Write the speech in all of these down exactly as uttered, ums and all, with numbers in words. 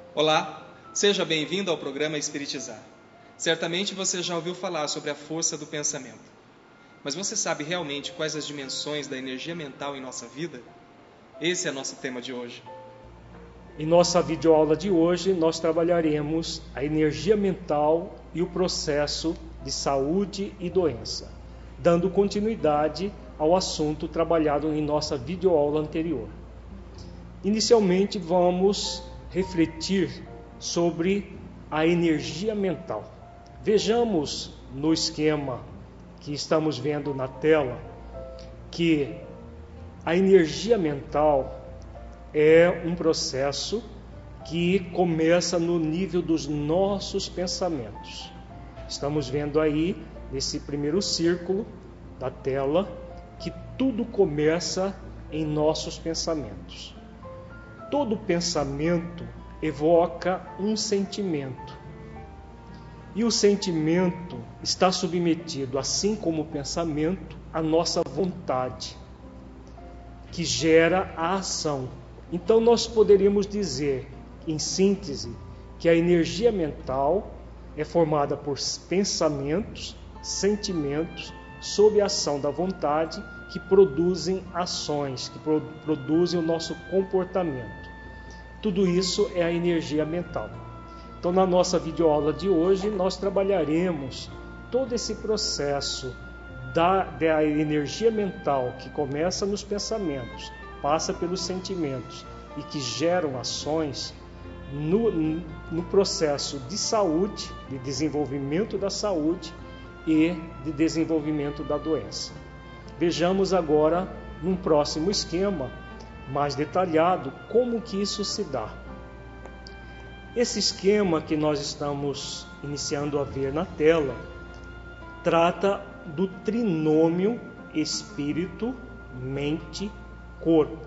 Olá, seja bem-vindo ao programa Espiritizar. Certamente você já ouviu falar sobre a força do pensamento. Mas você sabe realmente quais as dimensões da energia mental em nossa vida? Esse é nosso tema de hoje. Em nossa videoaula de hoje, nós trabalharemos a energia mental e o processo de saúde e doença, dando continuidade ao assunto trabalhado em nossa videoaula anterior. Inicialmente, vamos refletir sobre a energia mental. Vejamos no esquema que estamos vendo na tela que a energia mental é um processo que começa no nível dos nossos pensamentos. Estamos vendo aí, nesse primeiro círculo da tela, que tudo começa em nossos pensamentos. Todo pensamento evoca um sentimento. E o sentimento está submetido, assim como o pensamento, à nossa vontade, que gera a ação. Então nós poderíamos dizer, em síntese, que a energia mental é formada por pensamentos, sentimentos, sob a ação da vontade, que produzem ações, que produzem o nosso comportamento. Tudo isso é a energia mental. Então, na nossa videoaula de hoje, nós trabalharemos todo esse processo da, da energia mental que começa nos pensamentos, passa pelos sentimentos e que geram ações no, no processo de saúde, de desenvolvimento da saúde e de desenvolvimento da doença. Vejamos agora, num próximo esquema mais detalhado, como que isso se dá. Esse esquema que nós estamos iniciando a ver na tela trata do trinômio espírito, mente, corpo.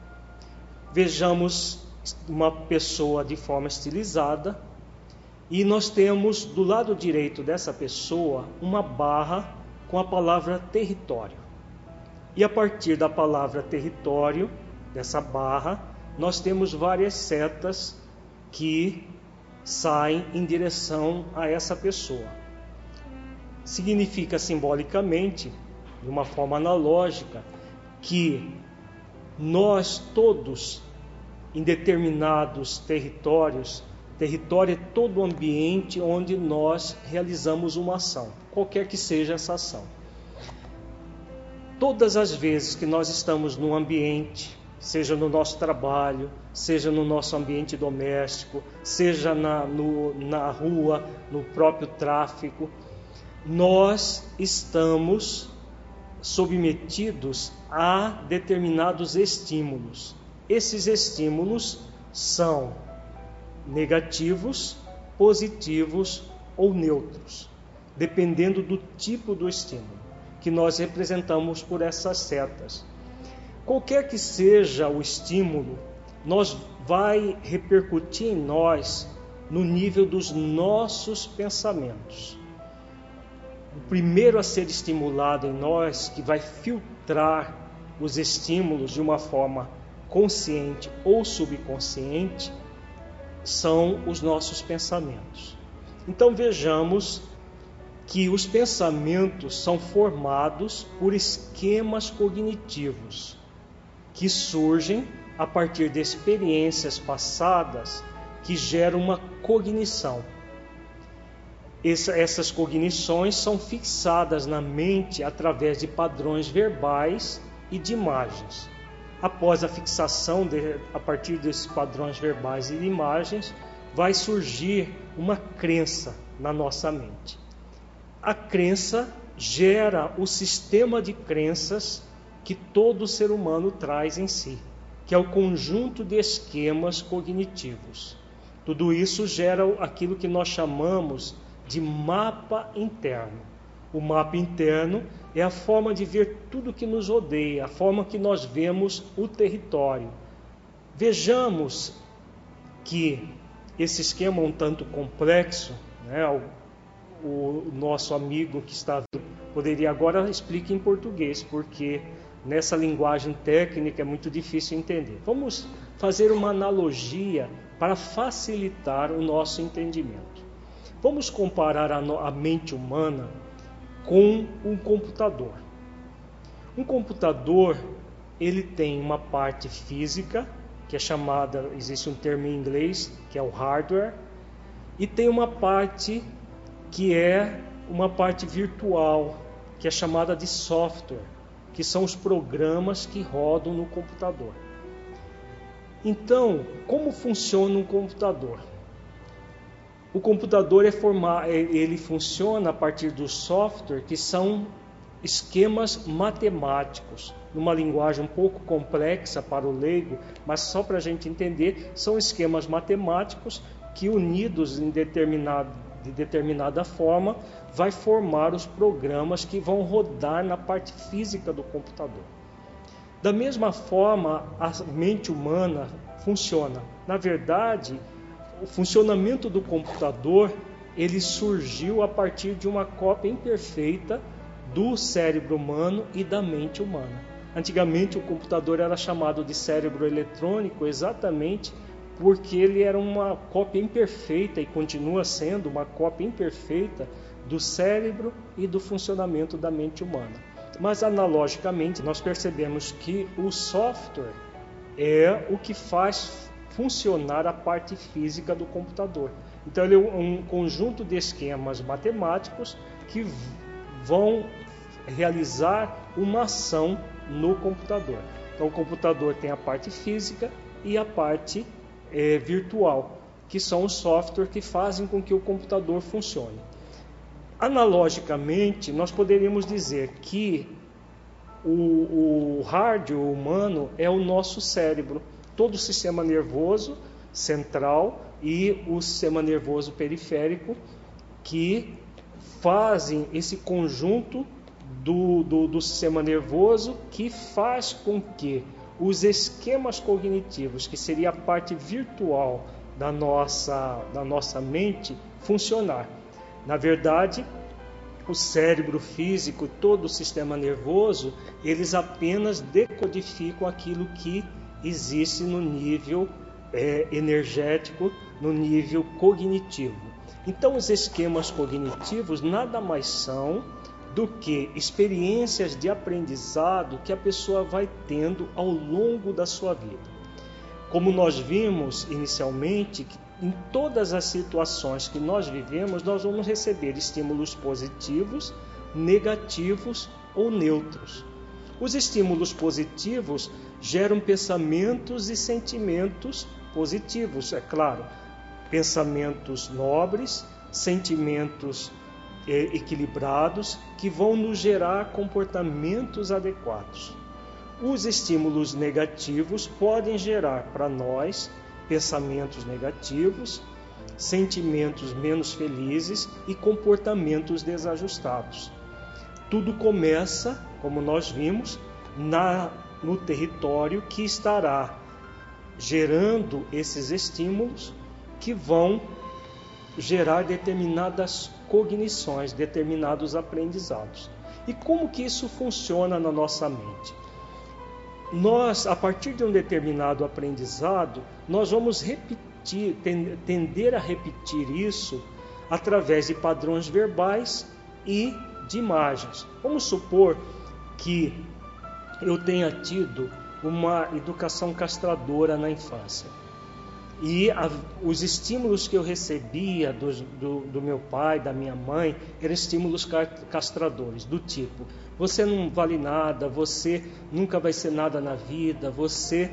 Vejamos uma pessoa de forma estilizada e nós temos do lado direito dessa pessoa uma barra com a palavra território. E a partir da palavra território, dessa barra, nós temos várias setas que saem em direção a essa pessoa. Significa simbolicamente, de uma forma analógica, que nós todos, em determinados territórios, território é todo o ambiente onde nós realizamos uma ação, qualquer que seja essa ação. Todas as vezes que nós estamos num ambiente, seja no nosso trabalho, seja no nosso ambiente doméstico, seja na, no, na rua, no próprio tráfego, nós estamos submetidos a determinados estímulos. Esses estímulos são negativos, positivos ou neutros, dependendo do tipo do estímulo, que nós representamos por essas setas. Qualquer que seja o estímulo, nós vai repercutir em nós no nível dos nossos pensamentos. O primeiro a ser estimulado em nós, que vai filtrar os estímulos de uma forma consciente ou subconsciente, são os nossos pensamentos. Então vejamos que os pensamentos são formados por esquemas cognitivos que surgem a partir de experiências passadas que geram uma cognição. Essa, essas cognições são fixadas na mente através de padrões verbais e de imagens. Após a fixação, de, a partir desses padrões verbais e de imagens, vai surgir uma crença na nossa mente. A crença gera o sistema de crenças que todo ser humano traz em si, que é o conjunto de esquemas cognitivos. Tudo isso gera aquilo que nós chamamos de mapa interno. O mapa interno é a forma de ver tudo que nos rodeia, a forma que nós vemos o território. Vejamos que esse esquema é um tanto complexo, né? O, o nosso amigo que está poderia agora explicar em português, porque nessa linguagem técnica é muito difícil entender. Vamos fazer uma analogia para facilitar o nosso entendimento. Vamos comparar a, no- a mente humana com um computador. Um computador, ele tem uma parte física, que é chamada, existe um termo em inglês, que é o hardware, e tem uma parte que é uma parte virtual, que é chamada de software, que são os programas que rodam no computador. Então, como funciona um computador? O computador é formar, ele funciona a partir do software, que são esquemas matemáticos, numa linguagem um pouco complexa para o leigo, mas só para a gente entender, são esquemas matemáticos que, unidos em determinado, de determinada forma, vai formar os programas que vão rodar na parte física do computador. Da mesma forma, a mente humana funciona. Na verdade, o funcionamento do computador, ele surgiu a partir de uma cópia imperfeita do cérebro humano e da mente humana. Antigamente o computador era chamado de cérebro eletrônico exatamente porque ele era uma cópia imperfeita e continua sendo uma cópia imperfeita do cérebro e do funcionamento da mente humana. Mas analogicamente nós percebemos que o software é o que faz funcionar a parte física do computador. Então ele é um conjunto de esquemas matemáticos que vão realizar uma ação no computador. Então o computador tem a parte física e a parte é, virtual, que são os softwares que fazem com que o computador funcione. Analogicamente, nós poderíamos dizer que o, o hardware humano é o nosso cérebro, todo o sistema nervoso central e o sistema nervoso periférico, que fazem esse conjunto do, do, do sistema nervoso que faz com que os esquemas cognitivos, que seria a parte virtual da nossa, da nossa mente, funcionar. Na verdade, o cérebro físico, todo o sistema nervoso, eles apenas decodificam aquilo que existe no nível é, energético, no nível cognitivo. Então, os esquemas cognitivos nada mais são do que experiências de aprendizado que a pessoa vai tendo ao longo da sua vida. Como nós vimos inicialmente, que em todas as situações que nós vivemos, nós vamos receber estímulos positivos, negativos ou neutros. Os estímulos positivos geram pensamentos e sentimentos positivos, é claro, pensamentos nobres, sentimentos eh, equilibrados, que vão nos gerar comportamentos adequados. Os estímulos negativos podem gerar para nós pensamentos negativos, sentimentos menos felizes e comportamentos desajustados. Tudo começa, como nós vimos, na, no território que estará gerando esses estímulos que vão gerar determinadas cognições, determinados aprendizados. E como que isso funciona na nossa mente? Nós, a partir de um determinado aprendizado, nós vamos repetir, tender a repetir isso através de padrões verbais e de imagens. Vamos supor que eu tenha tido uma educação castradora na infância. E a, os estímulos que eu recebia do, do, do meu pai, da minha mãe, eram estímulos castradores, do tipo: você não vale nada, você nunca vai ser nada na vida, você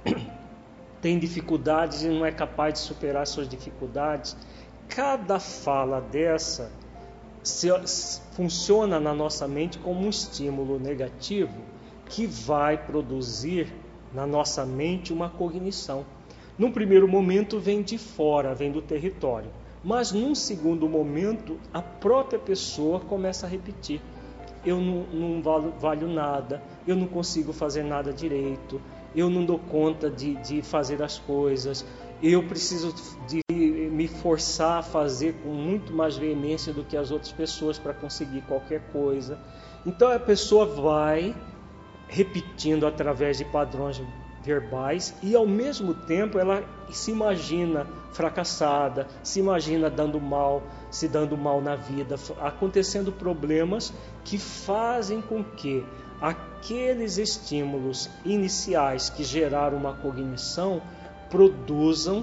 tem dificuldades e não é capaz de superar suas dificuldades. Cada fala dessa se, funciona na nossa mente como um estímulo negativo que vai produzir na nossa mente uma cognição. Num primeiro momento vem de fora, vem do território, mas num segundo momento a própria pessoa começa a repetir: eu não, não valho, valho nada, eu não consigo fazer nada direito, eu não dou conta de, de fazer as coisas, eu preciso de me forçar a fazer com muito mais veemência do que as outras pessoas para conseguir qualquer coisa. Então a pessoa vai repetindo através de padrões verbais, e ao mesmo tempo ela se imagina fracassada, se imagina dando mal, se dando mal na vida, acontecendo problemas que fazem com que aqueles estímulos iniciais que geraram uma cognição produzam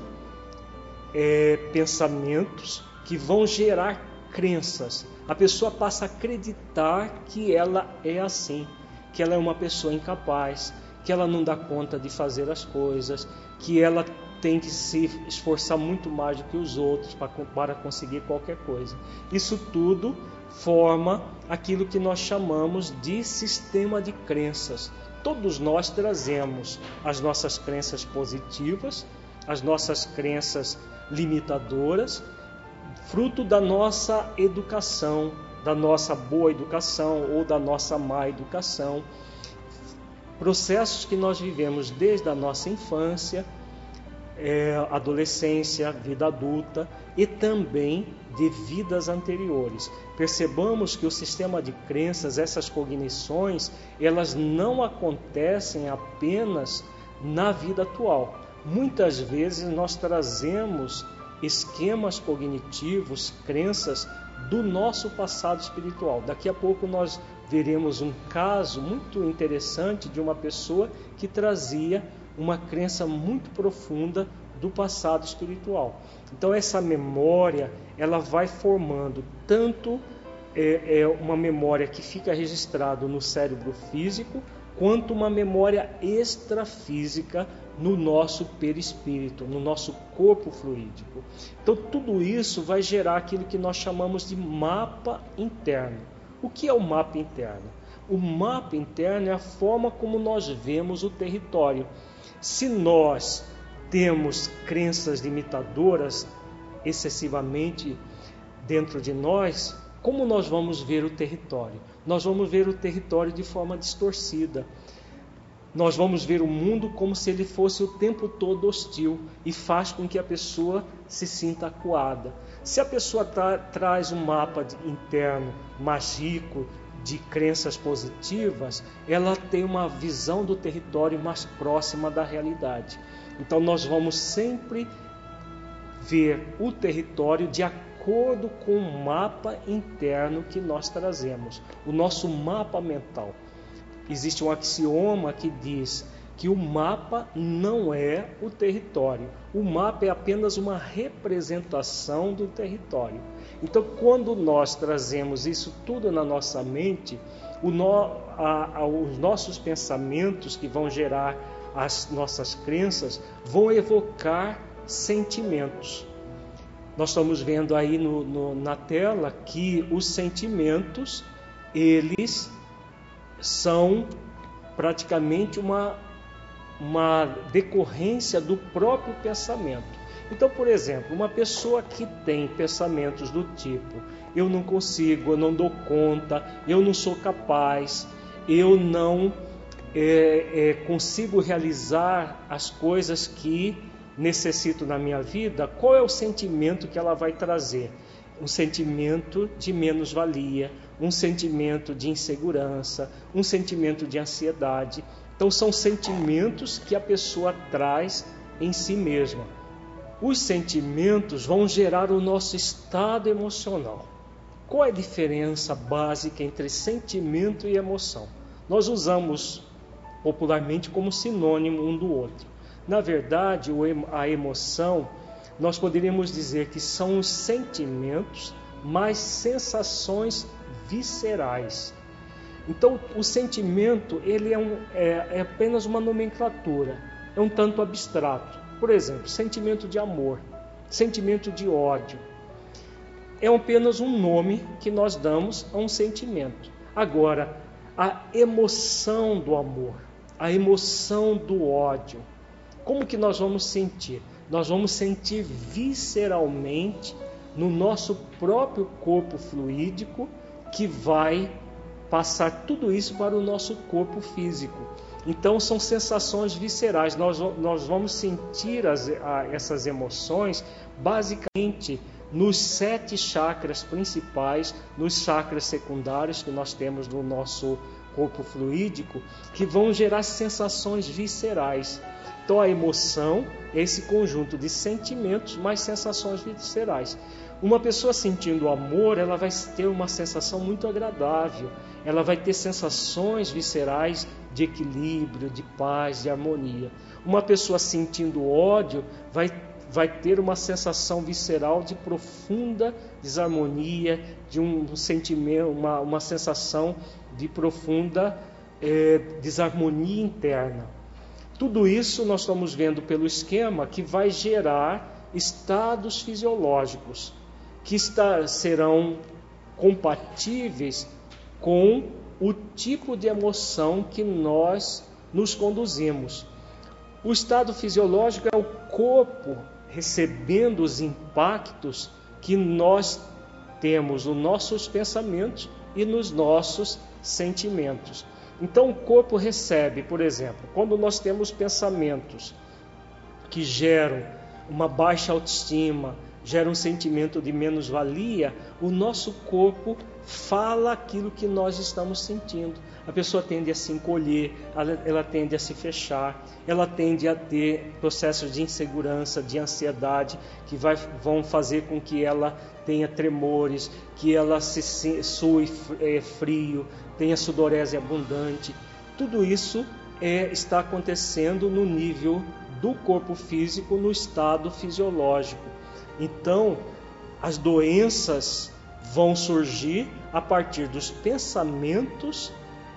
é, pensamentos que vão gerar crenças. A pessoa passa a acreditar que ela é assim, que ela é uma pessoa incapaz, que ela não dá conta de fazer as coisas, que ela tem que se esforçar muito mais do que os outros para, para conseguir qualquer coisa. Isso tudo forma aquilo que nós chamamos de sistema de crenças. Todos nós trazemos as nossas crenças positivas, as nossas crenças limitadoras, fruto da nossa educação, da nossa boa educação ou da nossa má educação, processos que nós vivemos desde a nossa infância, é, adolescência, vida adulta e também de vidas anteriores. Percebamos que o sistema de crenças, essas cognições, elas não acontecem apenas na vida atual. Muitas vezes nós trazemos esquemas cognitivos, crenças do nosso passado espiritual. Daqui a pouco nós veremos um caso muito interessante de uma pessoa que trazia uma crença muito profunda do passado espiritual. Então essa memória, ela vai formando tanto é, é uma memória que fica registrada no cérebro físico, quanto uma memória extrafísica no nosso perispírito, no nosso corpo fluídico. Então tudo isso vai gerar aquilo que nós chamamos de mapa interno. O que é o mapa interno? O mapa interno é a forma como nós vemos o território. Se nós temos crenças limitadoras excessivamente dentro de nós, como nós vamos ver o território? Nós vamos ver o território de forma distorcida. Nós vamos ver o mundo como se ele fosse o tempo todo hostil e faz com que a pessoa se sinta acuada. Se a pessoa tra- traz um mapa de, interno mais rico de crenças positivas, ela tem uma visão do território mais próxima da realidade. Então nós vamos sempre ver o território de acordo com o mapa interno que nós trazemos, o nosso mapa mental. Existe um axioma que diz que o mapa não é o território. O mapa é apenas uma representação do território. Então, quando nós trazemos isso tudo na nossa mente, o no, a, a, os nossos pensamentos que vão gerar as nossas crenças vão evocar sentimentos. Nós estamos vendo aí no, no, na tela que os sentimentos, eles são praticamente uma, uma decorrência do próprio pensamento. Então, por exemplo, uma pessoa que tem pensamentos do tipo: eu não consigo, eu não dou conta, eu não sou capaz, eu não é, é, consigo realizar as coisas que necessito na minha vida, qual é o sentimento que ela vai trazer? Um sentimento de menos-valia, um sentimento de insegurança, um sentimento de ansiedade. Então são sentimentos que a pessoa traz em si mesma. Os sentimentos vão gerar o nosso estado emocional. Qual é a diferença básica entre sentimento e emoção? Nós usamos popularmente como sinônimo um do outro. Na verdade, a emoção, nós poderíamos dizer que são os sentimentos mais sensações viscerais. Então, o sentimento, ele é, um, é, é apenas uma nomenclatura, é um tanto abstrato. Por exemplo, sentimento de amor, sentimento de ódio. É apenas um nome que nós damos a um sentimento. Agora, a emoção do amor, a emoção do ódio, como que nós vamos sentir? Nós vamos sentir visceralmente no nosso próprio corpo fluídico, que vai passar tudo isso para o nosso corpo físico. Então são sensações viscerais, nós, nós vamos sentir as, a, essas emoções basicamente nos sete chakras principais, nos chakras secundários que nós temos no nosso corpo fluídico, que vão gerar sensações viscerais. Então a emoção é esse conjunto de sentimentos mais sensações viscerais. Uma pessoa sentindo amor, ela vai ter uma sensação muito agradável, ela vai ter sensações viscerais de equilíbrio, de paz, de harmonia. Uma pessoa sentindo ódio vai, vai ter uma sensação visceral de profunda desarmonia, de um sentimento, uma, uma sensação de profunda eh, desarmonia interna. Tudo isso nós estamos vendo pelo esquema que vai gerar estados fisiológicos que está, serão compatíveis com o tipo de emoção que nós nos conduzimos. O estado fisiológico é o corpo recebendo os impactos que nós temos nos nossos pensamentos e nos nossos sentimentos. Então o corpo recebe, por exemplo, quando nós temos pensamentos que geram uma baixa autoestima, geram um sentimento de menos-valia, o nosso corpo fala aquilo que nós estamos sentindo. A pessoa tende a se encolher, ela, ela tende a se fechar, ela tende a ter processos de insegurança, de ansiedade, que vai, vão fazer com que ela tenha tremores, que ela se, se sue é, frio, tenha sudorese abundante. Tudo isso é, está acontecendo no nível do corpo físico, no estado fisiológico. Então, as doenças vão surgir a partir dos pensamentos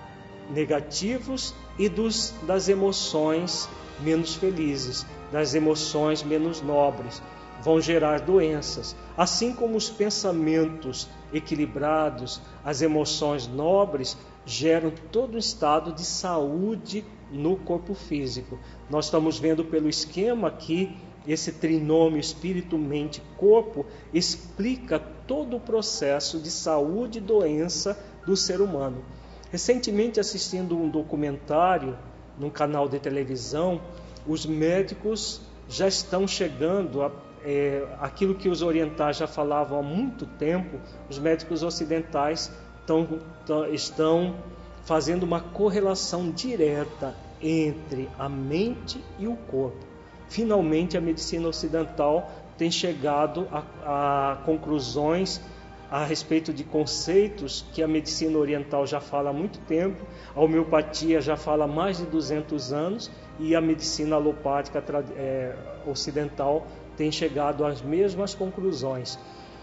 negativos e dos, das emoções menos felizes, das emoções menos nobres. Vão gerar doenças. Assim como os pensamentos equilibrados, as emoções nobres, geram todo um estado de saúde no corpo físico. Nós estamos vendo pelo esquema que esse trinômio espírito, mente, corpo explica todo o processo de saúde e doença do ser humano. Recentemente, assistindo um documentário num canal de televisão, os médicos já estão chegando a é, aquilo que os orientais já falavam há muito tempo. Os médicos ocidentais tão, tão, estão fazendo uma correlação direta entre a mente e o corpo. Finalmente, a medicina ocidental tem chegado a, a conclusões a respeito de conceitos que a medicina oriental já fala há muito tempo, a homeopatia já fala há mais de duzentos anos e a medicina alopática é, ocidental tem chegado às mesmas conclusões.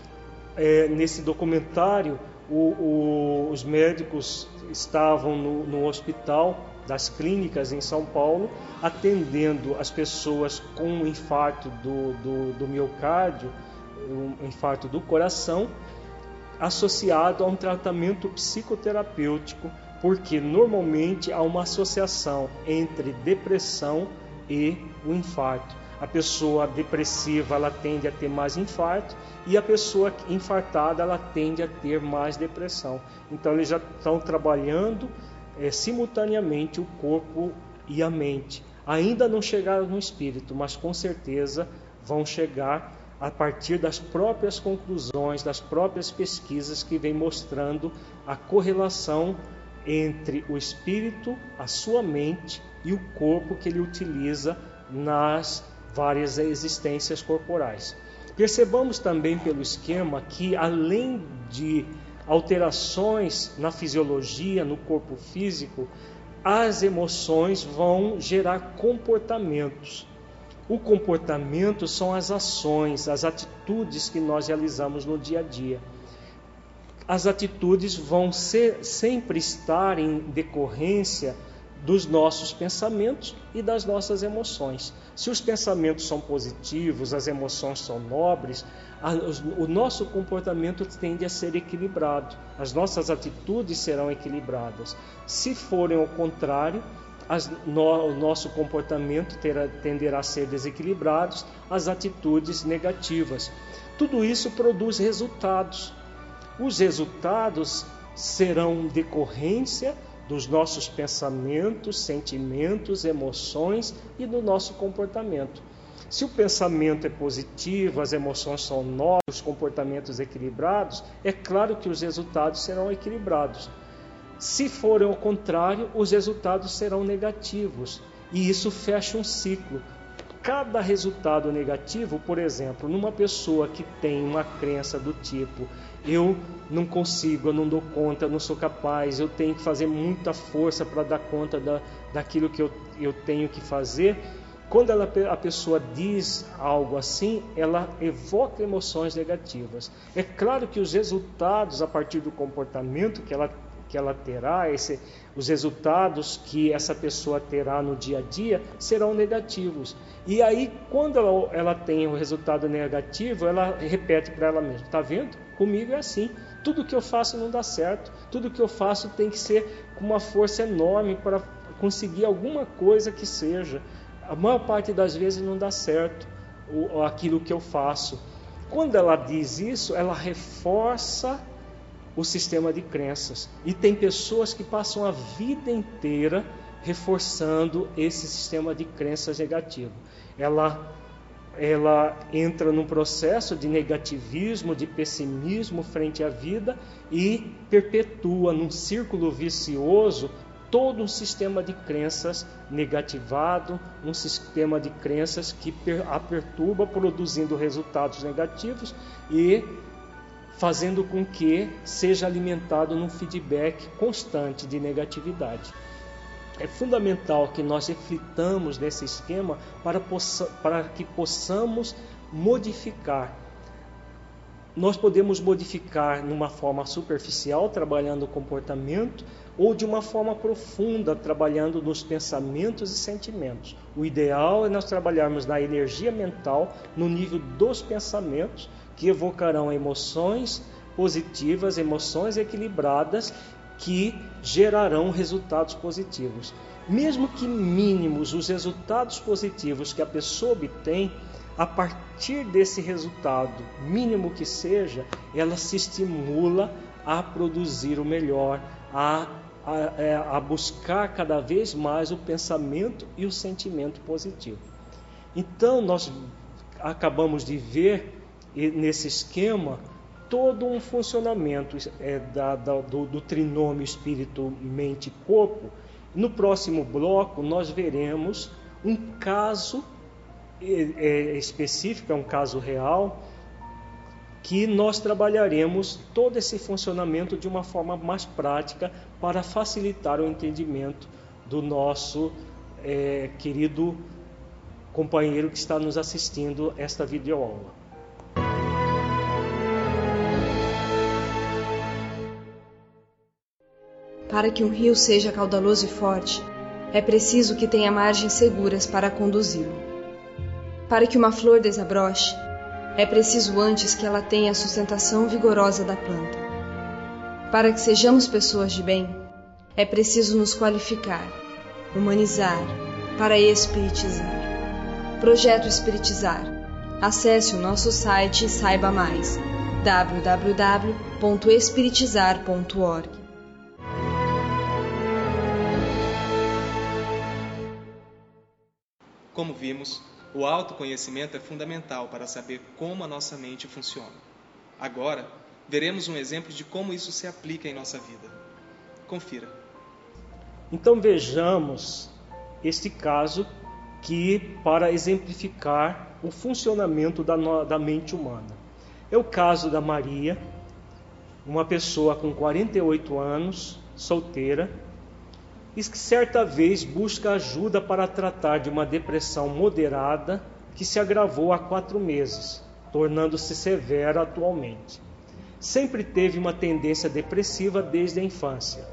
É, nesse documentário, o, o, os médicos estavam no, no hospital das clínicas em São Paulo, atendendo as pessoas com um infarto do, do, do miocárdio, um infarto do coração, associado a um tratamento psicoterapêutico, porque normalmente há uma associação entre depressão e o infarto. A pessoa depressiva, ela tende a ter mais infarto, e a pessoa infartada, ela tende a ter mais depressão. Então eles já estão trabalhando É, simultaneamente o corpo e a mente. Ainda não chegaram no espírito, mas com certeza vão chegar a partir das próprias conclusões, das próprias pesquisas que vêm mostrando a correlação entre o espírito, a sua mente e o corpo que ele utiliza nas várias existências corporais. Percebamos também pelo esquema que, além de alterações na fisiologia, no corpo físico, as emoções vão gerar comportamentos. O comportamento são as ações, as atitudes que nós realizamos no dia a dia. As atitudes vão ser, sempre estar em decorrência dos nossos pensamentos e das nossas emoções. Se os pensamentos são positivos, as emoções são nobres, a, o nosso comportamento tende a ser equilibrado, as nossas atitudes serão equilibradas. Se forem ao contrário, as, no, o nosso comportamento terá, tenderá a ser desequilibrado, as atitudes negativas. Tudo isso produz resultados. Os resultados serão decorrência dos nossos pensamentos, sentimentos, emoções e do nosso comportamento. Se o pensamento é positivo, as emoções são nobres, os comportamentos equilibrados, é claro que os resultados serão equilibrados. Se forem ao contrário, os resultados serão negativos. E isso fecha um ciclo. Cada resultado negativo, por exemplo, numa pessoa que tem uma crença do tipo: eu não consigo, eu não dou conta, eu não sou capaz, eu tenho que fazer muita força para dar conta da, daquilo que eu, eu tenho que fazer. Quando ela, a pessoa diz algo assim, ela evoca emoções negativas. É claro que os resultados, a partir do comportamento que ela, que ela terá, esse, os resultados que essa pessoa terá no dia a dia, serão negativos. E aí, quando ela, ela tem um resultado negativo, ela repete para ela mesma: está vendo? Comigo é assim. Tudo que eu faço não dá certo. Tudo que eu faço tem que ser com uma força enorme para conseguir alguma coisa que seja. A maior parte das vezes não dá certo o, aquilo que eu faço. Quando ela diz isso, ela reforça o sistema de crenças. E tem pessoas que passam a vida inteira reforçando esse sistema de crenças negativo. Ela, ela entra num processo de negativismo, de pessimismo frente à vida e perpetua num círculo vicioso todo um sistema de crenças negativado, um sistema de crenças que a perturba, produzindo resultados negativos e fazendo com que seja alimentado num feedback constante de negatividade. É fundamental que nós reflitamos nesse esquema para, possa, para que possamos modificar. Nós podemos modificar numa forma superficial, trabalhando o comportamento, ou de uma forma profunda, trabalhando nos pensamentos e sentimentos. O ideal é nós trabalharmos na energia mental, no nível dos pensamentos, que evocarão emoções positivas, emoções equilibradas, que gerarão resultados positivos. Mesmo que mínimos os resultados positivos que a pessoa obtém, a partir desse resultado, mínimo que seja, ela se estimula a produzir o melhor, a, a, a buscar cada vez mais o pensamento e o sentimento positivo. Então, nós acabamos de ver nesse esquema todo um funcionamento é, da, da, do, do trinômio espírito, mente e corpo. No próximo bloco, nós veremos um caso é, específico, é um caso real, que nós trabalharemos todo esse funcionamento de uma forma mais prática para facilitar o entendimento do nosso é, querido companheiro que está nos assistindo esta videoaula. Para que um rio seja caudaloso e forte, é preciso que tenha margens seguras para conduzi-lo. Para que uma flor desabroche, é preciso antes que ela tenha a sustentação vigorosa da planta. Para que sejamos pessoas de bem, é preciso nos qualificar, humanizar, para espiritizar. Projeto Espiritizar. Acesse o nosso site e saiba mais. w w w ponto espiritizar ponto org. Como vimos, o autoconhecimento é fundamental para saber como a nossa mente funciona. Agora, veremos um exemplo de como isso se aplica em nossa vida. Confira. Então vejamos este caso que para exemplificar o funcionamento da, da mente humana. É o caso da Maria, uma pessoa com quarenta e oito anos, solteira, e que certa vez busca ajuda para tratar de uma depressão moderada que se agravou há quatro meses, tornando-se severa atualmente. Sempre teve uma tendência depressiva desde a infância.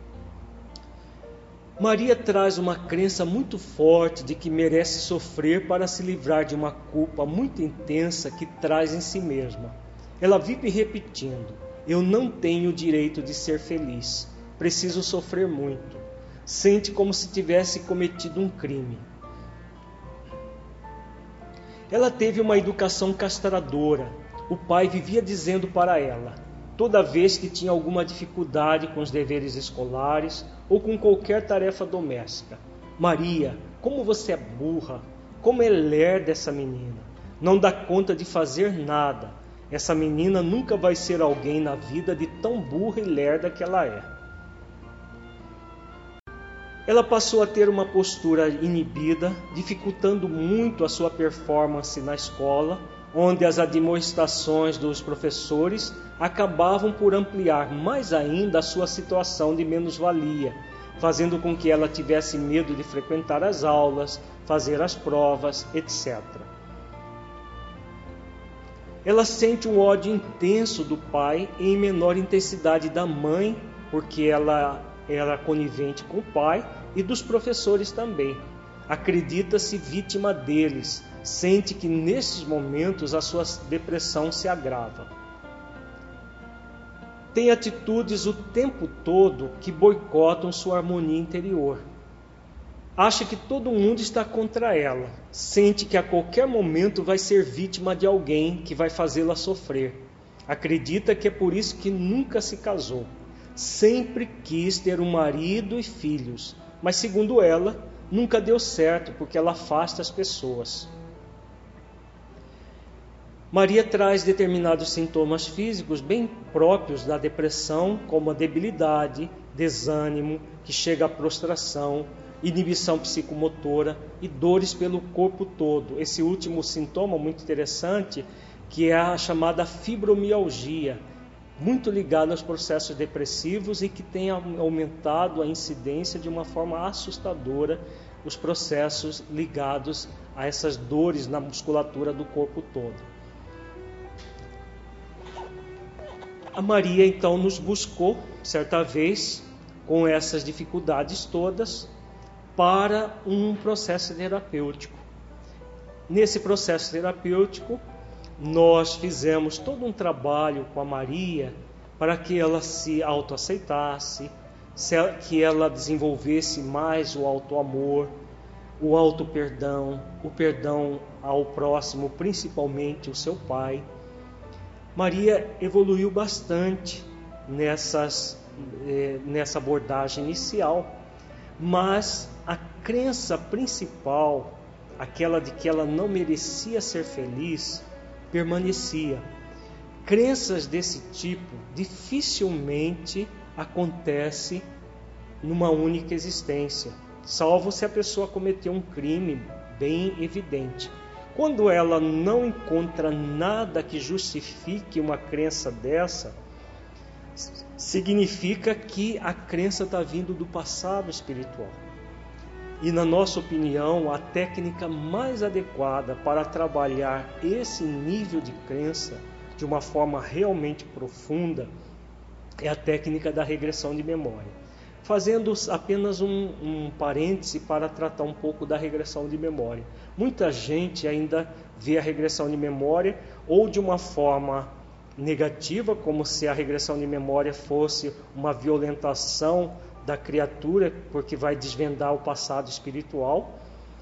Maria traz uma crença muito forte de que merece sofrer para se livrar de uma culpa muito intensa que traz em si mesma. Ela vive repetindo: eu não tenho o direito de ser feliz, preciso sofrer muito. Sente como se tivesse cometido um crime. Ela teve uma educação castradora. O pai vivia dizendo para ela, toda vez que tinha alguma dificuldade com os deveres escolares ou com qualquer tarefa doméstica: Maria, como você é burra, como é lerda essa menina, não dá conta de fazer nada. Essa menina nunca vai ser alguém na vida de tão burra e lerda que ela é. Ela passou a ter uma postura inibida, dificultando muito a sua performance na escola, onde as admoestações dos professores acabavam por ampliar mais ainda a sua situação de menos-valia, fazendo com que ela tivesse medo de frequentar as aulas, fazer as provas, etcétera. Ela sente um ódio intenso do pai e em menor intensidade da mãe, porque ela era conivente com o pai, e dos professores também. Acredita-se vítima deles, sente que nesses momentos a sua depressão se agrava. Tem atitudes o tempo todo que boicotam sua harmonia interior. Acha que todo mundo está contra ela, sente que a qualquer momento vai ser vítima de alguém que vai fazê-la sofrer. Acredita que é por isso que nunca se casou. Sempre quis ter um marido e filhos, mas segundo ela, nunca deu certo porque ela afasta as pessoas. Maria traz determinados sintomas físicos bem próprios da depressão, como a debilidade, desânimo, que chega à prostração, inibição psicomotora e dores pelo corpo todo. Esse último sintoma muito interessante, que é a chamada fibromialgia, muito ligada aos processos depressivos e que tem aumentado a incidência de uma forma assustadora os processos ligados a essas dores na musculatura do corpo todo. A Maria então nos buscou, certa vez, com essas dificuldades todas, para um processo terapêutico. Nesse processo terapêutico, nós fizemos todo um trabalho com a Maria para que ela se autoaceitasse, que ela desenvolvesse mais o autoamor, o autoperdão, o perdão ao próximo, principalmente o seu pai. Maria evoluiu bastante nessas, eh, nessa abordagem inicial, mas a crença principal, aquela de que ela não merecia ser feliz, permanecia. Crenças desse tipo dificilmente acontece numa única existência, salvo se a pessoa cometeu um crime bem evidente. Quando ela não encontra nada que justifique uma crença dessa, significa que a crença está vindo do passado espiritual. E, na nossa opinião, a técnica mais adequada para trabalhar esse nível de crença de uma forma realmente profunda é a técnica da regressão de memória. Fazendo apenas um, um parêntese para tratar um pouco da regressão de memória. Muita gente ainda vê a regressão de memória ou de uma forma negativa, como se a regressão de memória fosse uma violentação da criatura, porque vai desvendar o passado espiritual,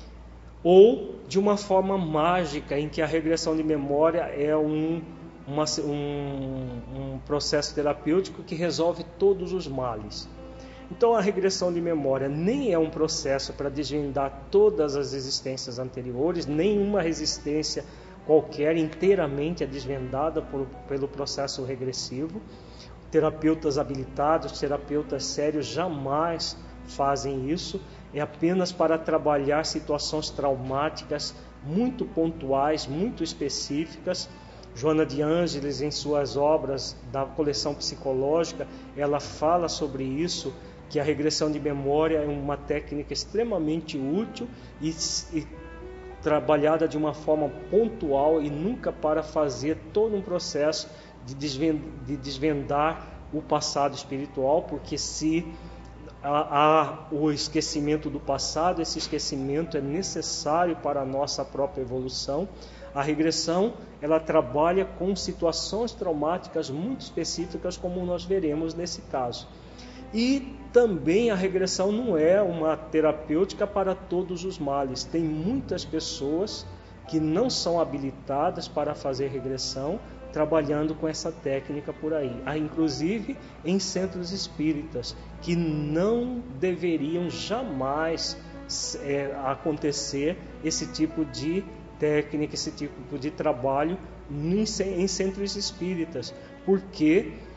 ou de uma forma mágica, em que a regressão de memória é um, uma, um, um processo terapêutico que resolve todos os males. Então a regressão de memória nem é um processo para desvendar todas as existências anteriores, nenhuma resistência qualquer inteiramente é desvendada por, pelo processo regressivo. Terapeutas habilitados, terapeutas sérios jamais fazem isso, é apenas para trabalhar situações traumáticas muito pontuais, muito específicas. Joana de Ângeles, em suas obras da coleção psicológica, ela fala sobre isso, que a regressão de memória é uma técnica extremamente útil e, e trabalhada de uma forma pontual e nunca para fazer todo um processo de desvendar, de desvendar o passado espiritual, porque se há, há o esquecimento do passado, esse esquecimento é necessário para a nossa própria evolução. A regressão, ela trabalha com situações traumáticas muito específicas, como nós veremos nesse caso. E também a regressão não é uma terapêutica para todos os males. Tem muitas pessoas que não são habilitadas para fazer regressão, trabalhando com essa técnica por aí. Há inclusive em centros espíritas, que não deveriam jamais é, acontecer esse tipo de técnica, esse tipo de trabalho em centros espíritas, porque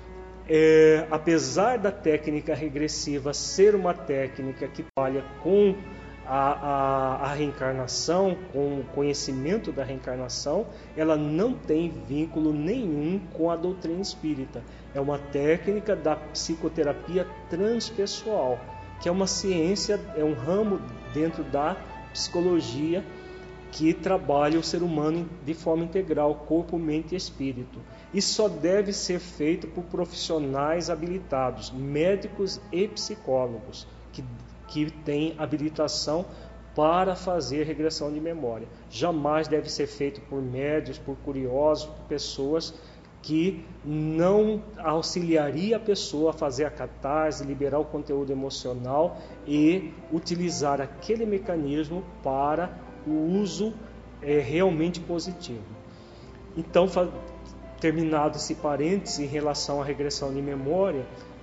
é, apesar da técnica regressiva ser uma técnica que trabalha com a, a, a reencarnação, com o conhecimento da reencarnação, ela não tem vínculo nenhum com a doutrina espírita. É uma técnica da psicoterapia transpessoal, que é uma ciência, é um ramo dentro da psicologia que trabalha o ser humano de forma integral, corpo, mente e espírito. E só deve ser feito por profissionais habilitados, médicos e psicólogos, que, que têm habilitação para fazer regressão de memória. Jamais deve ser feito por médios, por curiosos, por pessoas que não auxiliaria a pessoa a fazer a catarse, liberar o conteúdo emocional e utilizar aquele mecanismo para o uso é, realmente positivo. Então, terminado esse parêntese em relação à regressão de memória,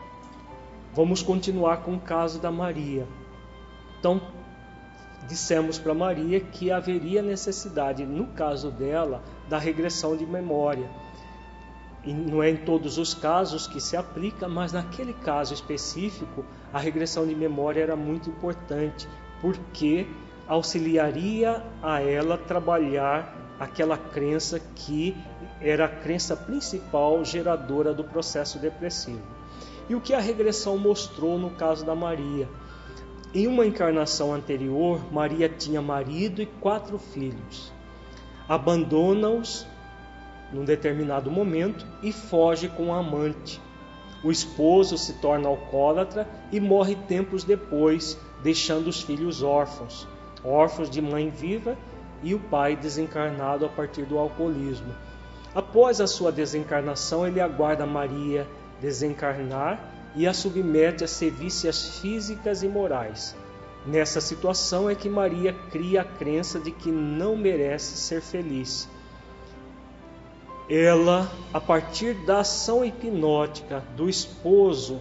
vamos continuar com o caso da Maria. Então, dissemos para Maria que haveria necessidade, no caso dela, da regressão de memória. E não é em todos os casos que se aplica, mas naquele caso específico, a regressão de memória era muito importante, porque auxiliaria a ela trabalhar aquela crença que era a crença principal geradora do processo depressivo. E o que a regressão mostrou no caso da Maria? Em uma encarnação anterior, Maria tinha marido e quatro filhos. Abandona-os num determinado momento e foge com o amante. O esposo se torna alcoólatra e morre tempos depois, deixando os filhos órfãos, órfãos de mãe viva e o pai desencarnado a partir do alcoolismo. Após a sua desencarnação, ele aguarda Maria desencarnar e a submete a sevícias físicas e morais. Nessa situação é que Maria cria a crença de que não merece ser feliz. Ela, a partir da ação hipnótica do esposo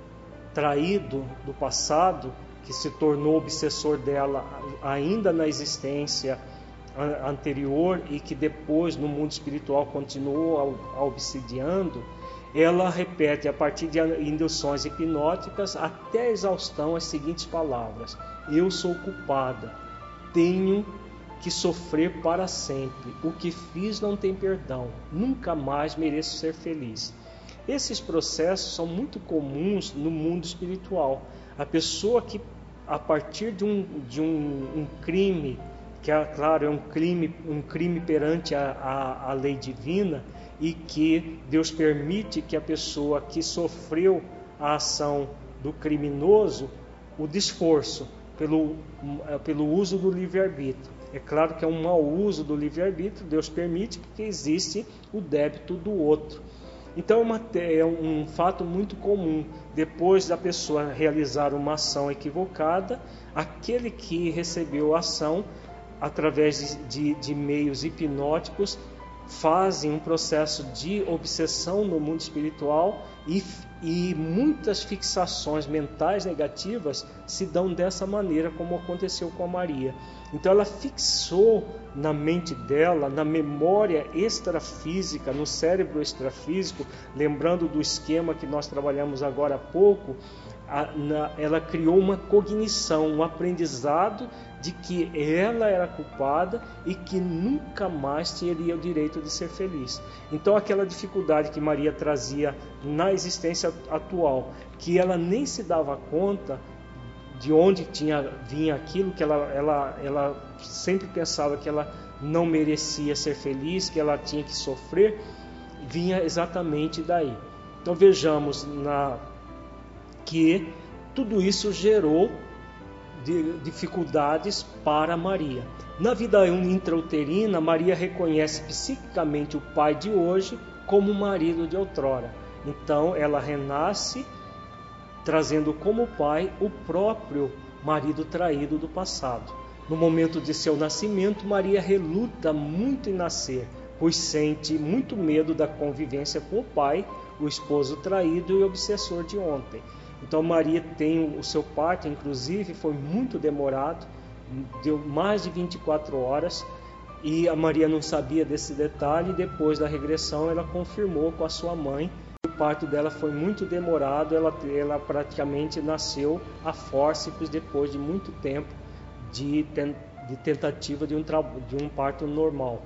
traído do passado, que se tornou obsessor dela ainda na existência anterior e que depois no mundo espiritual continuou obsidiando, ela repete a partir de induções hipnóticas até a exaustão as seguintes palavras: eu sou culpada, tenho que sofrer para sempre, o que fiz não tem perdão, nunca mais mereço ser feliz. Esses processos são muito comuns no mundo espiritual. A pessoa que, a partir de um, de um, um crime, que é claro, é um crime, um crime perante a, a, a lei divina, e que Deus permite que a pessoa que sofreu a ação do criminoso o desforço pelo, pelo uso do livre-arbítrio. É claro que é um mau uso do livre-arbítrio, Deus permite, porque existe o débito do outro. Então é, uma, é um fato muito comum, depois da pessoa realizar uma ação equivocada, aquele que recebeu a ação, através de, de, de meios hipnóticos, fazem um processo de obsessão no mundo espiritual e, e muitas fixações mentais negativas se dão dessa maneira, como aconteceu com a Maria. Então ela fixou na mente dela, na memória extrafísica, no cérebro extrafísico, lembrando do esquema que nós trabalhamos agora há pouco, a, na, ela criou uma cognição, um aprendizado de que ela era culpada e que nunca mais teria o direito de ser feliz. Então aquela dificuldade que Maria trazia na existência atual, que ela nem se dava conta de onde tinha, vinha aquilo, que ela, ela, ela sempre pensava que ela não merecia ser feliz, que ela tinha que sofrer, vinha exatamente daí. Então vejamos na, que tudo isso gerou de, dificuldades para Maria. Na vida intrauterina, Maria reconhece psiquicamente o pai de hoje como o marido de outrora. Então ela renasce trazendo como pai o próprio marido traído do passado. No momento de seu nascimento, Maria reluta muito em nascer, pois sente muito medo da convivência com o pai, o esposo traído e obsessor de ontem. Então Maria tem o seu parto, inclusive, foi muito demorado, deu mais de vinte e quatro horas, e a Maria não sabia desse detalhe, e depois da regressão ela confirmou com a sua mãe. parto dela foi muito demorado, ela, ela praticamente nasceu a fórceps depois de muito tempo de, de tentativa de um, de um parto normal.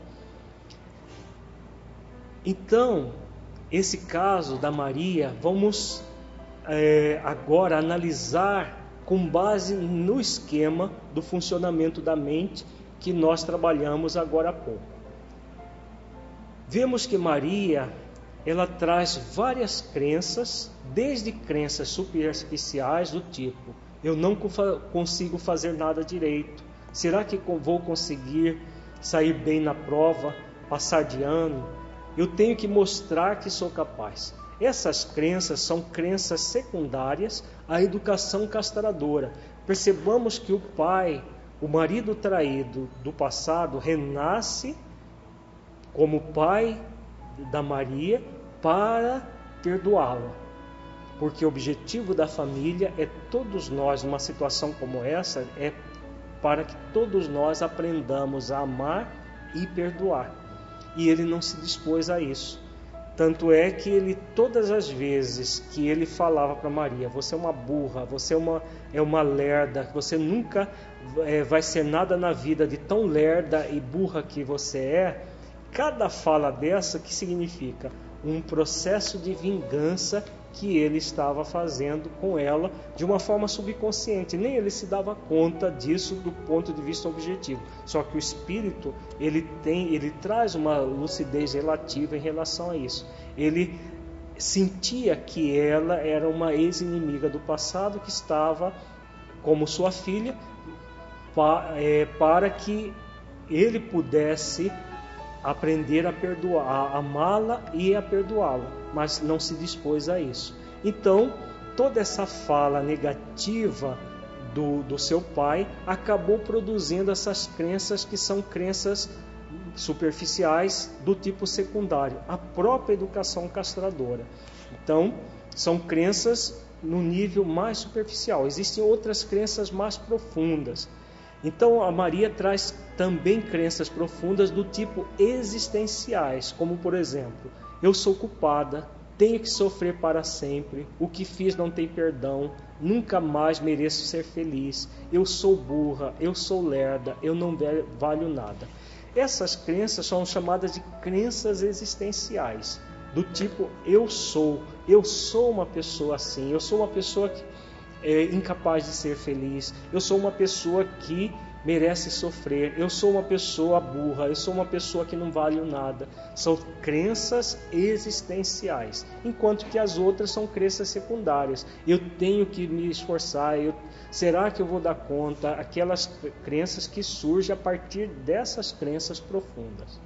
Então, esse caso da Maria, vamos é, agora analisar com base no esquema do funcionamento da mente que nós trabalhamos agora há pouco. Vemos que Maria, ela traz várias crenças, desde crenças superficiais do tipo: eu não consigo fazer nada direito, será que vou conseguir sair bem na prova, passar de ano? Eu tenho que mostrar que sou capaz. Essas crenças são crenças secundárias à educação castradora. Percebamos que o pai, o marido traído do passado, renasce como pai da Maria para perdoá-la. Porque o objetivo da família é todos nós, numa situação como essa, é para que todos nós aprendamos a amar e perdoar. E ele não se dispôs a isso. Tanto é que ele, todas as vezes que ele falava para Maria: você é uma burra, você é uma, é uma lerda, você nunca é, vai ser nada na vida de tão lerda e burra que você é, cada fala dessa, que significa um processo de vingança que ele estava fazendo com ela de uma forma subconsciente. Nem ele se dava conta disso do ponto de vista objetivo. Só que o espírito, ele tem, ele traz uma lucidez relativa em relação a isso. Ele sentia que ela era uma ex-inimiga do passado que estava como sua filha para que ele pudesse aprender a perdoar, a amá-la e a perdoá-la, mas não se dispôs a isso. Então, toda essa fala negativa do, do seu pai acabou produzindo essas crenças que são crenças superficiais do tipo secundário, a própria educação castradora. Então, são crenças no nível mais superficial. Existem outras crenças mais profundas. Então, a Maria traz também crenças profundas do tipo existenciais, como, por exemplo: eu sou culpada, tenho que sofrer para sempre, o que fiz não tem perdão, nunca mais mereço ser feliz, eu sou burra, eu sou lerda, eu não valho nada. Essas crenças são chamadas de crenças existenciais, do tipo: eu sou, eu sou uma pessoa assim, eu sou uma pessoa que é incapaz de ser feliz, eu sou uma pessoa que merece sofrer, eu sou uma pessoa burra, eu sou uma pessoa que não vale nada. São crenças existenciais, enquanto que as outras são crenças secundárias. Eu tenho que me esforçar, eu, será que eu vou dar conta? Aquelas crenças que surgem a partir dessas crenças profundas.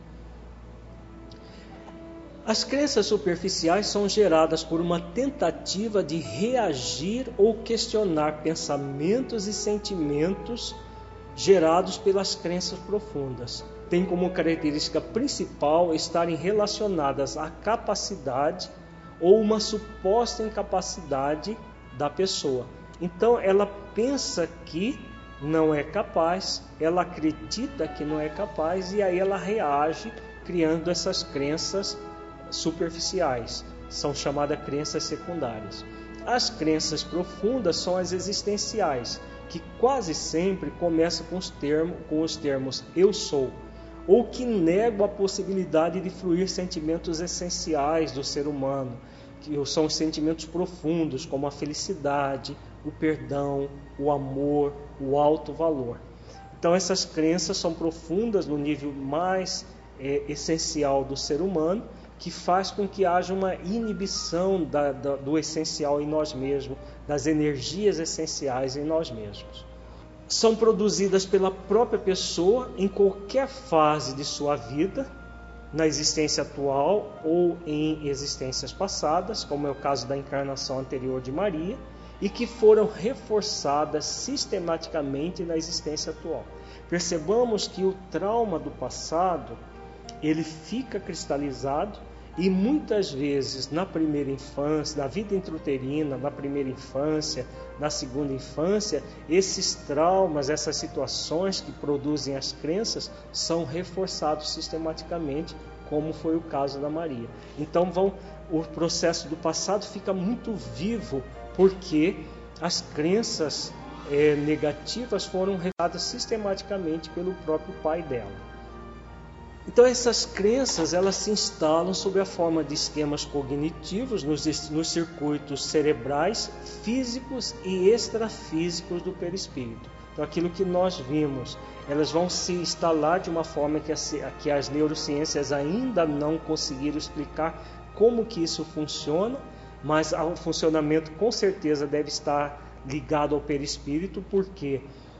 As crenças superficiais são geradas por uma tentativa de reagir ou questionar pensamentos e sentimentos gerados pelas crenças profundas. Tem como característica principal estarem relacionadas à capacidade ou uma suposta incapacidade da pessoa. Então, ela pensa que não é capaz, ela acredita que não é capaz e aí ela reage criando essas crenças superficiais, são chamadas crenças secundárias. As crenças profundas são as existenciais, que quase sempre começam com os termos, com os termos eu sou, ou que negam a possibilidade de fluir sentimentos essenciais do ser humano, que são os sentimentos profundos, como a felicidade, o perdão, o amor, o alto valor. Então essas crenças são profundas no nível mais é, essencial do ser humano, que faz com que haja uma inibição da, da, do essencial em nós mesmos, das energias essenciais em nós mesmos. São produzidas pela própria pessoa em qualquer fase de sua vida, na existência atual ou em existências passadas, como é o caso da encarnação anterior de Maria, e que foram reforçadas sistematicamente na existência atual. Percebamos que o trauma do passado, ele fica cristalizado e muitas vezes na primeira infância, na vida intrauterina, na primeira infância, na segunda infância, esses traumas, essas situações que produzem as crenças são reforçados sistematicamente como foi o caso da Maria. Então vão, o processo do passado fica muito vivo, porque as crenças é, negativas foram reveladas sistematicamente pelo próprio pai dela. Então essas crenças, elas se instalam sob a forma de esquemas cognitivos nos, nos circuitos cerebrais, físicos e extrafísicos do perispírito. Então aquilo que nós vimos, elas vão se instalar de uma forma que, a, que as neurociências ainda não conseguiram explicar como que isso funciona, mas o funcionamento com certeza deve estar ligado ao perispírito, porque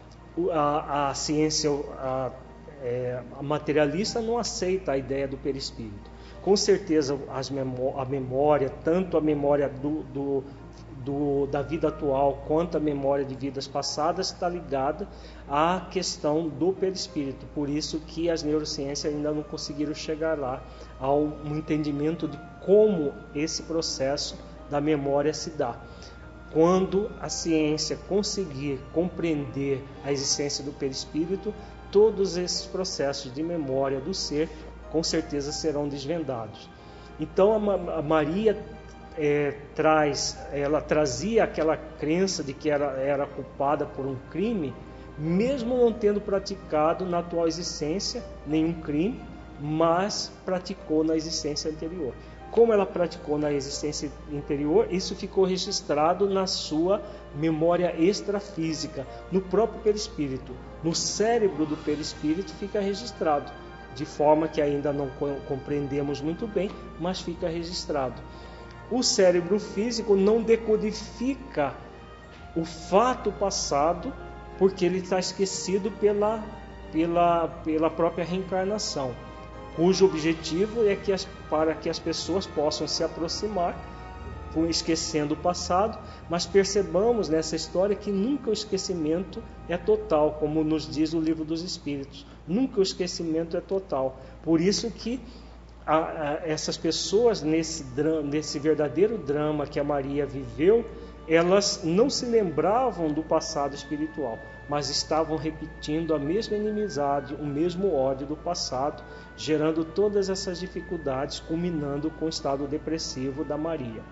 a, a ciência... A, É, a materialista não aceita a ideia do perispírito. Com certeza as memó- a memória, tanto a memória do, do, do, da vida atual quanto a memória de vidas passadas, está ligada à questão do perispírito. Por isso que as neurociências ainda não conseguiram chegar lá ao um entendimento de como esse processo da memória se dá. Quando a ciência conseguir compreender a existência do perispírito, todos esses processos de memória do ser, com certeza, serão desvendados. Então, a Maria é, traz, ela trazia aquela crença de que era, era culpada por um crime, mesmo não tendo praticado na atual existência nenhum crime, mas praticou na existência anterior. Como ela praticou na existência anterior, isso ficou registrado na sua memória extrafísica, no próprio perispírito. No cérebro do perispírito fica registrado, de forma que ainda não compreendemos muito bem, mas fica registrado. O cérebro físico não decodifica o fato passado, porque ele está esquecido pela, pela, pela própria reencarnação, cujo objetivo é que as, para que as pessoas possam se aproximar, esquecendo o passado, mas percebamos nessa história que nunca o esquecimento é total, como nos diz o Livro dos Espíritos. Nunca o esquecimento é total. Por isso que a, a, essas pessoas, nesse, nesse verdadeiro drama que a Maria viveu, elas não se lembravam do passado espiritual, mas estavam repetindo a mesma inimizade, o mesmo ódio do passado, gerando todas essas dificuldades, culminando com o estado depressivo da Maria.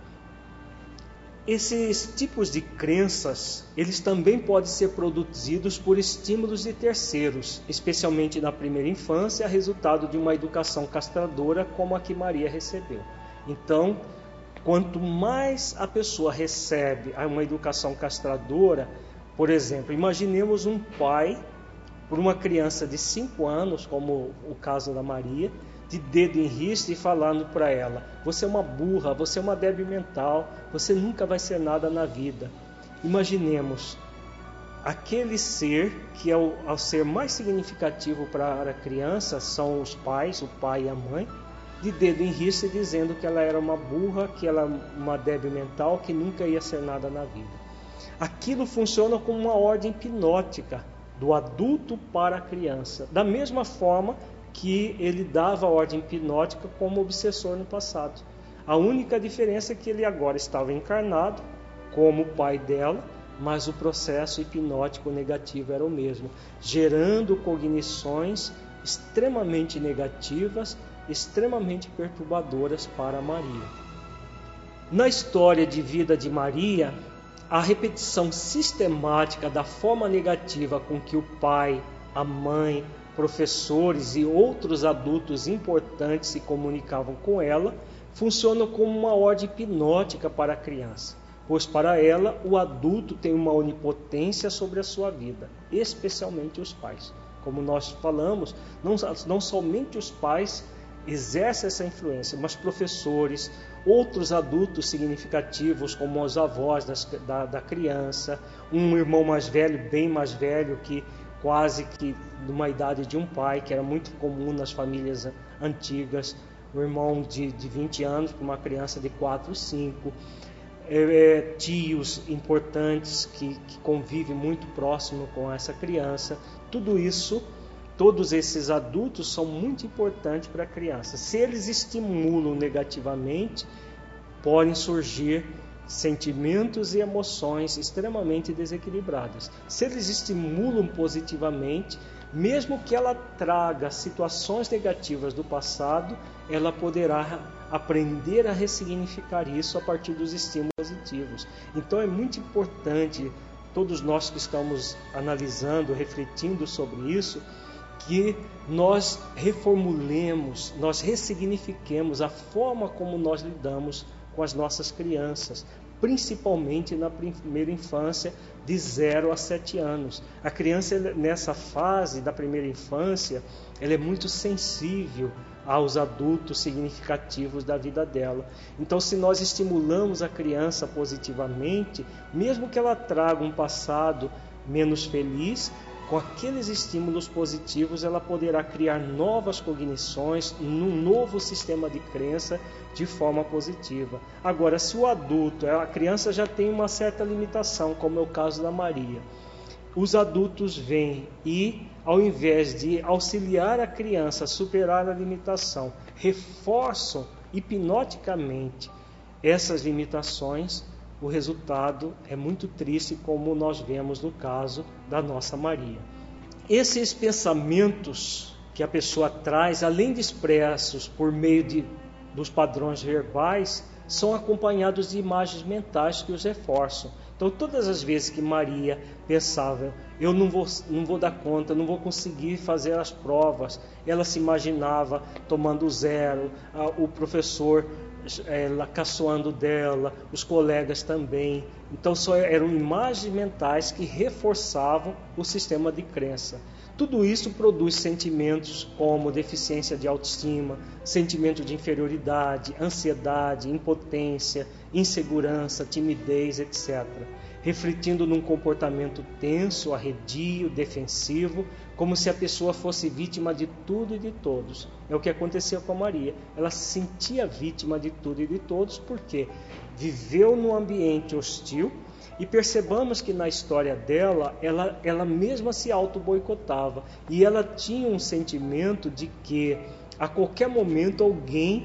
Esses tipos de crenças, eles também podem ser produzidos por estímulos de terceiros, especialmente na primeira infância, resultado de uma educação castradora como a que Maria recebeu. Então, quanto mais a pessoa recebe uma educação castradora, por exemplo, imaginemos um pai, por uma criança de cinco anos, como o caso da Maria, de dedo em riste e falando para ela: você é uma burra, você é uma débil mental, você nunca vai ser nada na vida. Imaginemos aquele ser que é o, é o ser mais significativo para a criança, são os pais, o pai e a mãe, de dedo em riste dizendo que ela era uma burra, que ela era uma débil mental, que nunca ia ser nada na vida. Aquilo funciona como uma ordem hipnótica do adulto para a criança, da mesma forma que ele dava a ordem hipnótica como obsessor no passado. A única diferença é que ele agora estava encarnado como pai dela, mas o processo hipnótico negativo era o mesmo, gerando cognições extremamente negativas, extremamente perturbadoras para Maria. Na história de vida de Maria, a repetição sistemática da forma negativa com que o pai, a mãe, professores e outros adultos importantes se comunicavam com ela, funciona como uma ordem hipnótica para a criança, pois para ela o adulto tem uma onipotência sobre a sua vida, especialmente os pais. Como nós falamos, não, não somente os pais exercem essa influência, mas professores, outros adultos significativos, como os avós das, da, da criança, um irmão mais velho, bem mais velho, que quase que numa idade de um pai, que era muito comum nas famílias antigas, um irmão de, de vinte anos para uma criança de quatro, cinco, é, é, tios importantes que, que convivem muito próximo com essa criança. Tudo isso, todos esses adultos são muito importantes para a criança. Se eles estimulam negativamente, podem surgir sentimentos e emoções extremamente desequilibradas. Se eles estimulam positivamente, mesmo que ela traga situações negativas do passado, ela poderá aprender a ressignificar isso a partir dos estímulos positivos. Então é muito importante, todos nós que estamos analisando, refletindo sobre isso, que nós reformulemos, nós ressignifiquemos a forma como nós lidamos com as nossas crianças, principalmente na primeira infância, de zero a sete anos. A criança, nessa fase da primeira infância, ela é muito sensível aos adultos significativos da vida dela. Então, se nós estimulamos a criança positivamente, mesmo que ela traga um passado menos feliz, com aqueles estímulos positivos ela poderá criar novas cognições, num novo sistema de crença de forma positiva. Agora, se o adulto, a criança já tem uma certa limitação, como é o caso da Maria, os adultos vêm e, ao invés de auxiliar a criança a superar a limitação, reforçam hipnoticamente essas limitações, o resultado é muito triste, como nós vemos no caso da nossa Maria. Esses pensamentos que a pessoa traz, além de expressos por meio de, dos padrões verbais, são acompanhados de imagens mentais que os reforçam. Então, todas as vezes que Maria pensava, eu não vou, não vou dar conta, não vou conseguir fazer as provas, ela se imaginava tomando zero, o professor ela caçoando dela, os colegas também. Então só eram imagens mentais que reforçavam o sistema de crença. Tudo isso produz sentimentos como deficiência de autoestima, sentimento de inferioridade, ansiedade, impotência, insegurança, timidez, etcétera, refletindo num comportamento tenso, arredio, defensivo, como se a pessoa fosse vítima de tudo e de todos. É o que aconteceu com a Maria. Ela se sentia vítima de tudo e de todos porque viveu num ambiente hostil. E percebamos que na história dela, ela, ela mesma se auto-boicotava. E ela tinha um sentimento de que a qualquer momento alguém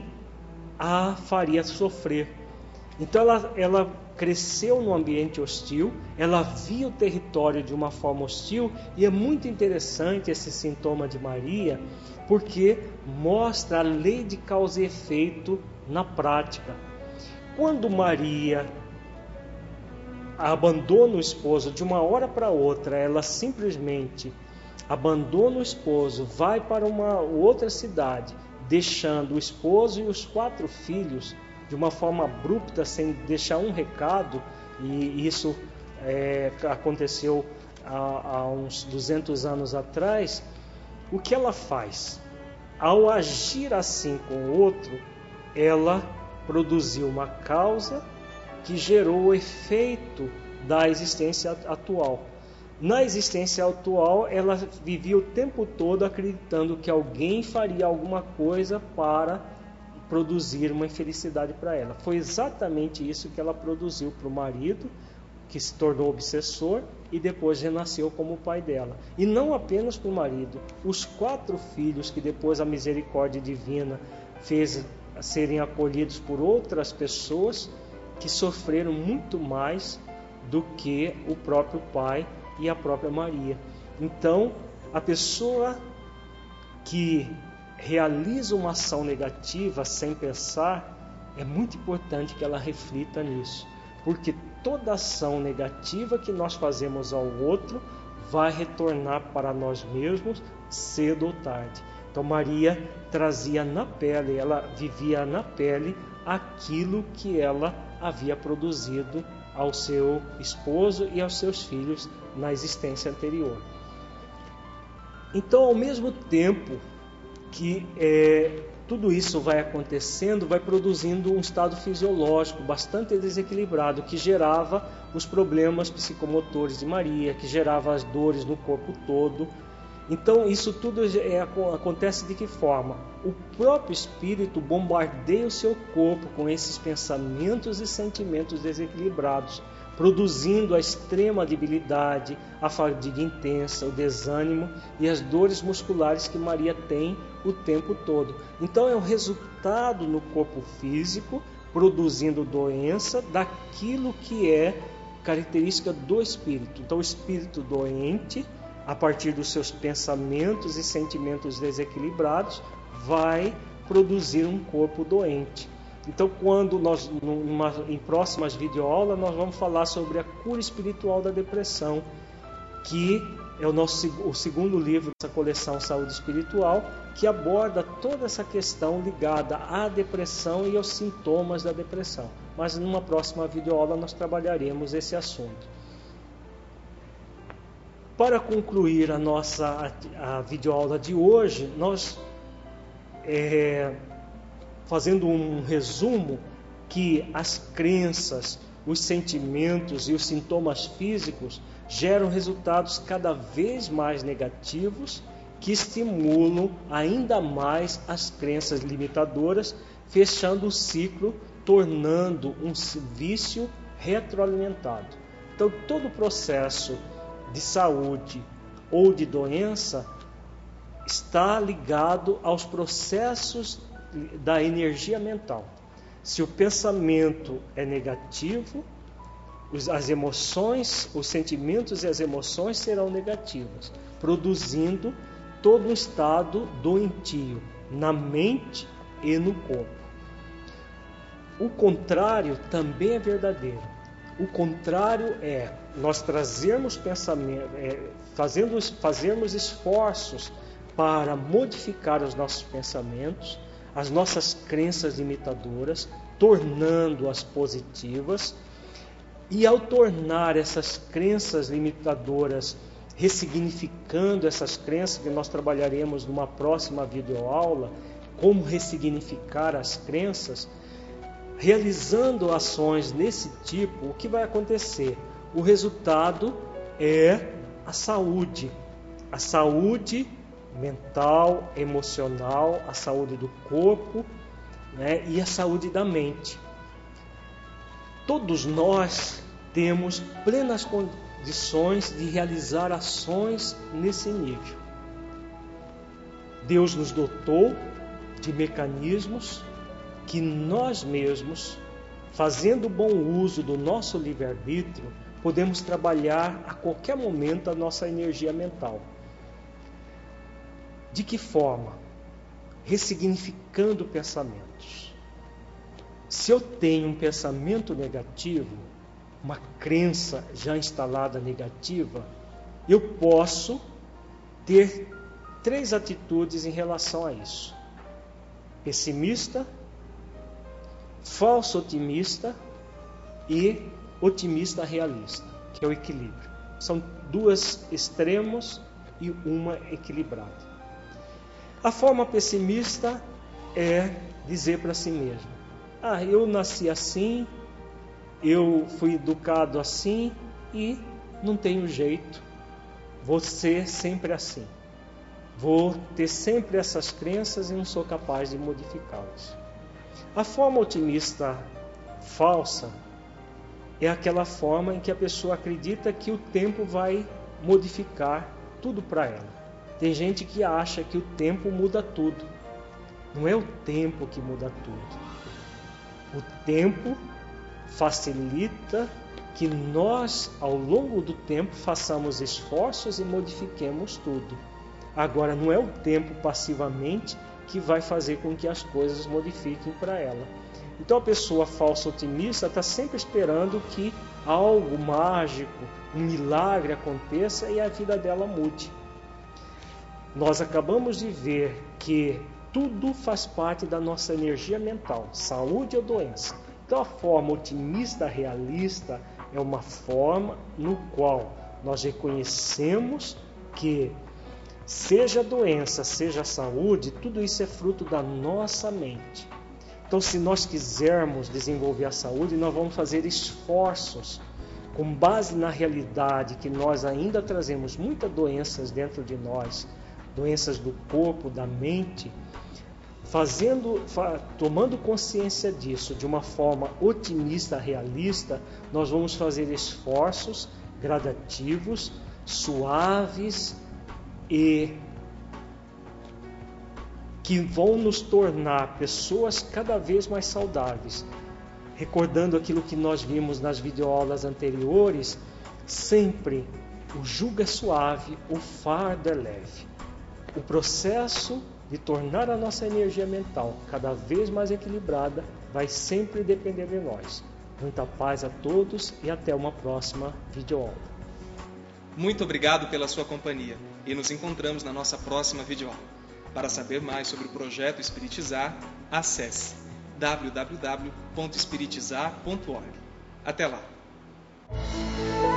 a faria sofrer. Então ela, ela cresceu num ambiente hostil, ela via o território de uma forma hostil. E é muito interessante esse sintoma de Maria, porque mostra a lei de causa e efeito na prática. Quando Maria abandona o esposo de uma hora para outra, ela simplesmente abandona o esposo, vai para uma outra cidade, deixando o esposo e os quatro filhos de uma forma abrupta, sem deixar um recado, e isso é, aconteceu há, há uns duzentos anos atrás. O que ela faz? Ao agir assim com o outro, ela produziu uma causa que gerou o efeito da existência atual. Na existência atual, ela vivia o tempo todo acreditando que alguém faria alguma coisa para produzir uma infelicidade para ela. Foi exatamente isso que ela produziu para o marido, que se tornou obsessor e depois renasceu como pai dela. E não apenas para o marido, os quatro filhos que depois a misericórdia divina fez serem acolhidos por outras pessoas, que sofreram muito mais do que o próprio pai e a própria Maria. Então, a pessoa que realiza uma ação negativa sem pensar, é muito importante que ela reflita nisso, porque toda ação negativa que nós fazemos ao outro vai retornar para nós mesmos cedo ou tarde. Então Maria trazia na pele, ela vivia na pele aquilo que ela havia produzido ao seu esposo e aos seus filhos na existência anterior. Então, ao mesmo tempo que é, tudo isso vai acontecendo, vai produzindo um estado fisiológico bastante desequilibrado, que gerava os problemas psicomotores de Maria, que gerava as dores no corpo todo. Então, isso tudo é, acontece de que forma? O próprio espírito bombardeia o seu corpo com esses pensamentos e sentimentos desequilibrados, produzindo a extrema debilidade, a fadiga intensa, o desânimo e as dores musculares que Maria tem o tempo todo. Então, é o resultado no corpo físico, produzindo doença daquilo que é característica do espírito. Então, o espírito doente a partir dos seus pensamentos e sentimentos desequilibrados, vai produzir um corpo doente. Então, quando nós, numa, em próximas videoaulas, nós vamos falar sobre a cura espiritual da depressão, que é o, nosso, o segundo livro dessa coleção Saúde Espiritual, que aborda toda essa questão ligada à depressão e aos sintomas da depressão. Mas numa próxima videoaula nós trabalharemos esse assunto. Para concluir a nossa a, a videoaula de hoje, nós, é, fazendo um resumo, que as crenças, os sentimentos e os sintomas físicos geram resultados cada vez mais negativos que estimulam ainda mais as crenças limitadoras, fechando o ciclo, tornando um vício retroalimentado. Então, todo o processo de saúde ou de doença está ligado aos processos da energia mental. Se o pensamento é negativo, as emoções, os sentimentos e as emoções serão negativas, produzindo todo um estado doentio na mente e no corpo. O contrário também é verdadeiro. O contrário é nós trazermos pensamento, é, fazendo, fazermos esforços para modificar os nossos pensamentos, as nossas crenças limitadoras, tornando-as positivas. E ao tornar essas crenças limitadoras, ressignificando essas crenças, que nós trabalharemos numa próxima videoaula, como ressignificar as crenças, realizando ações desse tipo, o que vai acontecer? O resultado é a saúde, a saúde mental, emocional, a saúde do corpo, né, e a saúde da mente. Todos nós temos plenas condições de realizar ações nesse nível. Deus nos dotou de mecanismos que nós mesmos, fazendo bom uso do nosso livre-arbítrio, podemos trabalhar a qualquer momento a nossa energia mental. De que forma? Ressignificando pensamentos. Se eu tenho um pensamento negativo, uma crença já instalada negativa, eu posso ter três atitudes em relação a isso: pessimista, falso otimista e otimista realista, que é o equilíbrio. São dois extremos e uma equilibrada. A forma pessimista é dizer para si mesmo: ah, eu nasci assim, eu fui educado assim e não tenho jeito, vou ser sempre assim. Vou ter sempre essas crenças e não sou capaz de modificá-las. A forma otimista falsa é aquela forma em que a pessoa acredita que o tempo vai modificar tudo para ela. Tem gente que acha que o tempo muda tudo. Não é o tempo que muda tudo. O tempo facilita que nós, ao longo do tempo, façamos esforços e modifiquemos tudo. Agora, não é o tempo passivamente que vai fazer com que as coisas modifiquem para ela. Então, a pessoa falsa otimista está sempre esperando que algo mágico, um milagre aconteça e a vida dela mude. Nós acabamos de ver que tudo faz parte da nossa energia mental, saúde ou doença. Então, a forma otimista realista é uma forma no qual nós reconhecemos que, seja doença, seja saúde, tudo isso é fruto da nossa mente. Então, se nós quisermos desenvolver a saúde, nós vamos fazer esforços com base na realidade que nós ainda trazemos muitas doenças dentro de nós, doenças do corpo, da mente. Fazendo, tomando consciência disso de uma forma otimista, realista, nós vamos fazer esforços gradativos, suaves e que vão nos tornar pessoas cada vez mais saudáveis. Recordando aquilo que nós vimos nas videoaulas anteriores, sempre o jugo é suave, o fardo é leve. O processo de tornar a nossa energia mental cada vez mais equilibrada vai sempre depender de nós. Muita paz a todos e até uma próxima videoaula. Muito obrigado pela sua companhia e nos encontramos na nossa próxima videoaula. Para saber mais sobre o projeto Espiritizar, acesse w w w ponto espiritizar ponto org. Até lá!